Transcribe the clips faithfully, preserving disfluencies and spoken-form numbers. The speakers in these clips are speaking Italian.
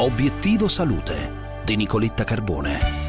Obiettivo Salute di Nicoletta Carbone.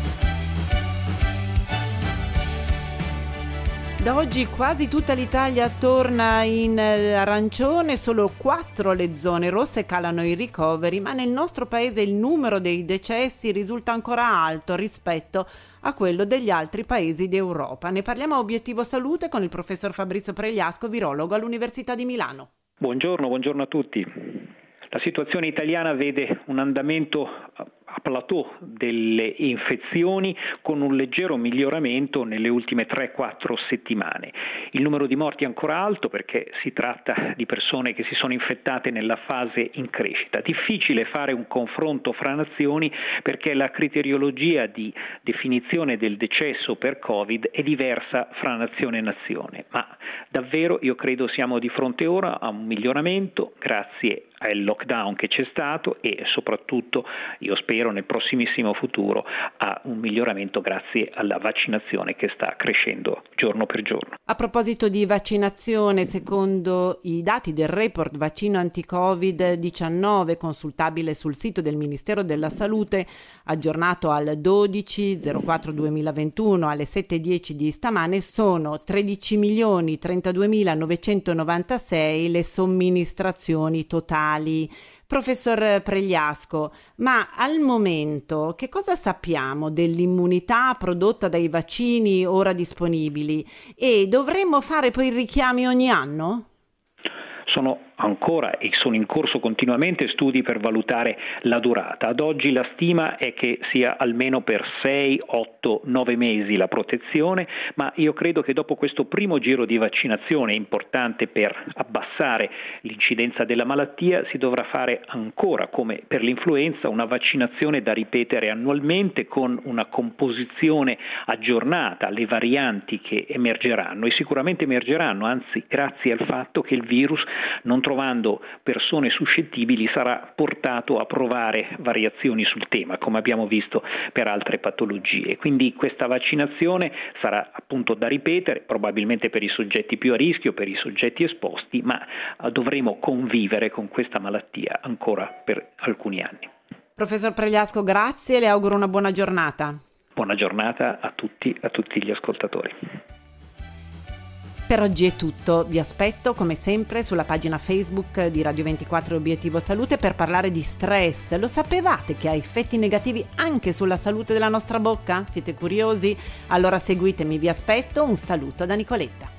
Da oggi quasi tutta l'Italia torna in arancione, solo quattro le zone rosse, calano i ricoveri, ma nel nostro paese il numero dei decessi risulta ancora alto rispetto a quello degli altri paesi d'Europa. Ne parliamo a Obiettivo Salute con il professor Fabrizio Pregliasco, virologo all'Università di Milano. Buongiorno, buongiorno a tutti. La situazione italiana vede un andamento a plateau delle infezioni con un leggero miglioramento nelle ultime tre quattro settimane. Il numero di morti è ancora alto perché si tratta di persone che si sono infettate nella fase in crescita. Difficile fare un confronto fra nazioni perché la criteriologia di definizione del decesso per Covid è diversa fra nazione e nazione, ma davvero io credo siamo di fronte ora a un miglioramento grazie al lockdown che c'è stato e soprattutto, io spero nel prossimissimo futuro, a un miglioramento grazie alla vaccinazione che sta crescendo giorno per giorno. A proposito di vaccinazione, secondo i dati del report vaccino anti-covid diciannove consultabile sul sito del Ministero della Salute, aggiornato al dodici zero quattro duemilaventuno alle sette e dieci di stamane, sono tredici milioni trentaduemilanovecentovantasei le somministrazioni totali. Professor Pregliasco, ma al momento che cosa sappiamo dell'immunità prodotta dai vaccini ora disponibili e dovremmo fare poi richiami ogni anno? Sono ancora e sono in corso continuamente studi per valutare la durata. Ad oggi la stima è che sia almeno per sei, otto, nove mesi la protezione, ma io credo che dopo questo primo giro di vaccinazione importante per abbassare l'incidenza della malattia si dovrà fare ancora, come per l'influenza, una vaccinazione da ripetere annualmente con una composizione aggiornata alle varianti che emergeranno e sicuramente emergeranno, anzi grazie al fatto che il virus, non trovando persone suscettibili, sarà portato a provare variazioni sul tema, come abbiamo visto per altre patologie. Quindi questa vaccinazione sarà appunto da ripetere, probabilmente per i soggetti più a rischio, per i soggetti esposti, ma dovremo convivere con questa malattia ancora per alcuni anni. Professor Pregliasco, grazie e le auguro una buona giornata. Buona giornata a tutti, a tutti gli ascoltatori. Per oggi è tutto, vi aspetto come sempre sulla pagina Facebook di Radio ventiquattro Obiettivo Salute per parlare di stress. Lo sapevate che ha effetti negativi anche sulla salute della nostra bocca? Siete curiosi? Allora seguitemi, vi aspetto, un saluto da Nicoletta.